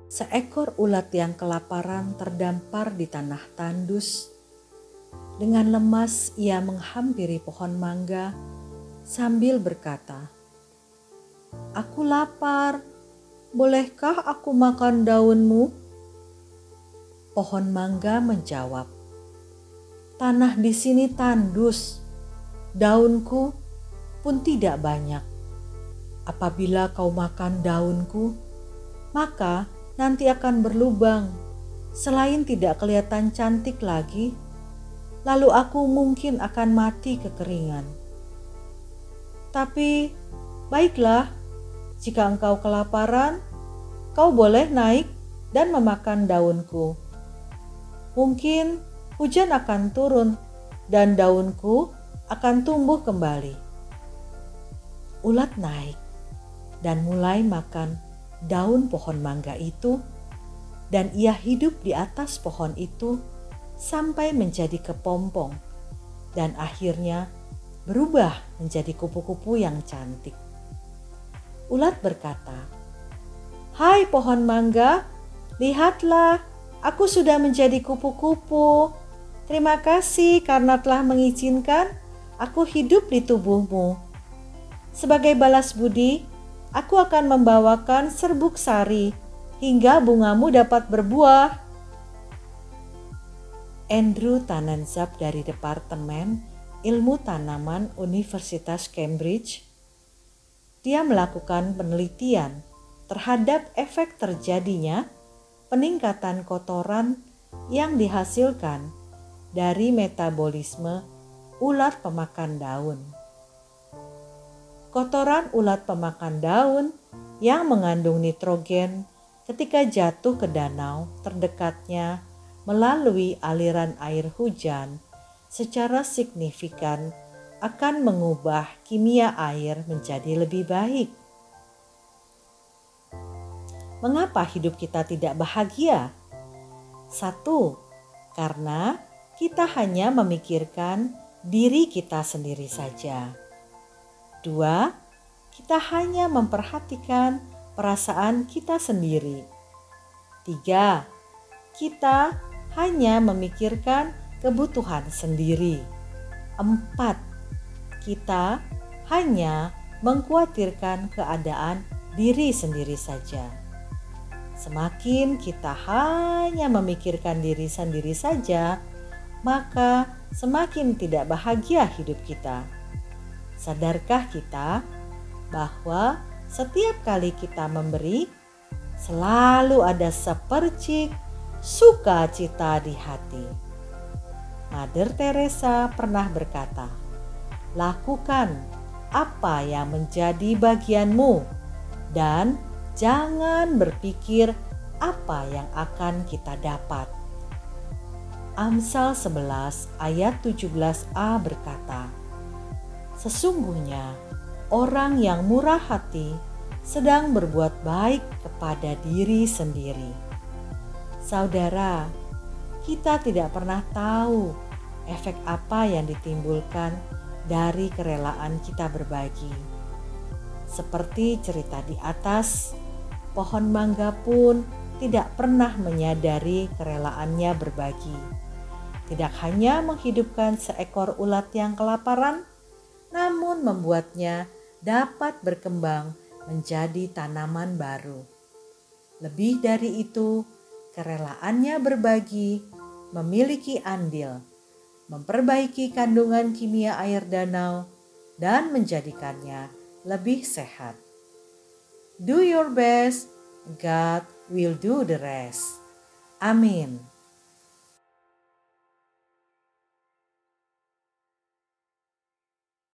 Seekor ulat yang kelaparan terdampar di tanah tandus. Dengan lemas ia menghampiri pohon mangga sambil berkata, "Aku lapar, bolehkah aku makan daunmu?" Pohon mangga menjawab, "Tanah di sini tandus, daunku pun tidak banyak. Apabila kau makan daunku, maka nanti akan berlubang, selain tidak kelihatan cantik lagi, lalu aku mungkin akan mati kekeringan. Tapi baiklah, jika engkau kelaparan, kau boleh naik dan memakan daunku. Mungkin hujan akan turun dan daunku akan tumbuh kembali." Ulat naik dan mulai makan daun pohon mangga itu, dan ia hidup di atas pohon itu sampai menjadi kepompong dan akhirnya berubah menjadi kupu-kupu yang cantik. Ulat berkata, "Hai pohon mangga, lihatlah, aku sudah menjadi kupu-kupu. Terima kasih karena telah mengizinkan aku hidup di tubuhmu. Sebagai balas budi, aku akan membawakan serbuk sari hingga bungamu dapat berbuah." Andrew Tanenzap dari Departemen Ilmu Tanaman Universitas Cambridge, dia melakukan penelitian terhadap efek terjadinya peningkatan kotoran yang dihasilkan dari metabolisme ulat pemakan daun. Kotoran ulat pemakan daun yang mengandung nitrogen ketika jatuh ke danau terdekatnya melalui aliran air hujan secara signifikan akan mengubah kimia air menjadi lebih baik. Mengapa hidup kita tidak bahagia? 1. Karena kita hanya memikirkan diri kita sendiri saja. 2. Kita hanya memperhatikan perasaan kita sendiri. 3. Kita hanya memikirkan kebutuhan sendiri. 4. Kita hanya mengkhawatirkan keadaan diri sendiri saja. Semakin kita hanya memikirkan diri sendiri saja, maka semakin tidak bahagia hidup kita. Sadarkah kita bahwa setiap kali kita memberi, selalu ada sepercik sukacita di hati? Mother Teresa pernah berkata, "Lakukan apa yang menjadi bagianmu dan jangan berpikir apa yang akan kita dapat." Amsal 11 ayat 17a berkata, "Sesungguhnya orang yang murah hati sedang berbuat baik kepada diri sendiri." Saudara, kita tidak pernah tahu efek apa yang ditimbulkan dari kerelaan kita berbagi. Seperti cerita di atas, pohon mangga pun tidak pernah menyadari kerelaannya berbagi. Tidak hanya menghidupkan seekor ulat yang kelaparan, namun membuatnya dapat berkembang menjadi tanaman baru. Lebih dari itu, kerelaannya berbagi memiliki andil memperbaiki kandungan kimia air danau dan menjadikannya lebih sehat. Do your best, God will do the rest. Amin.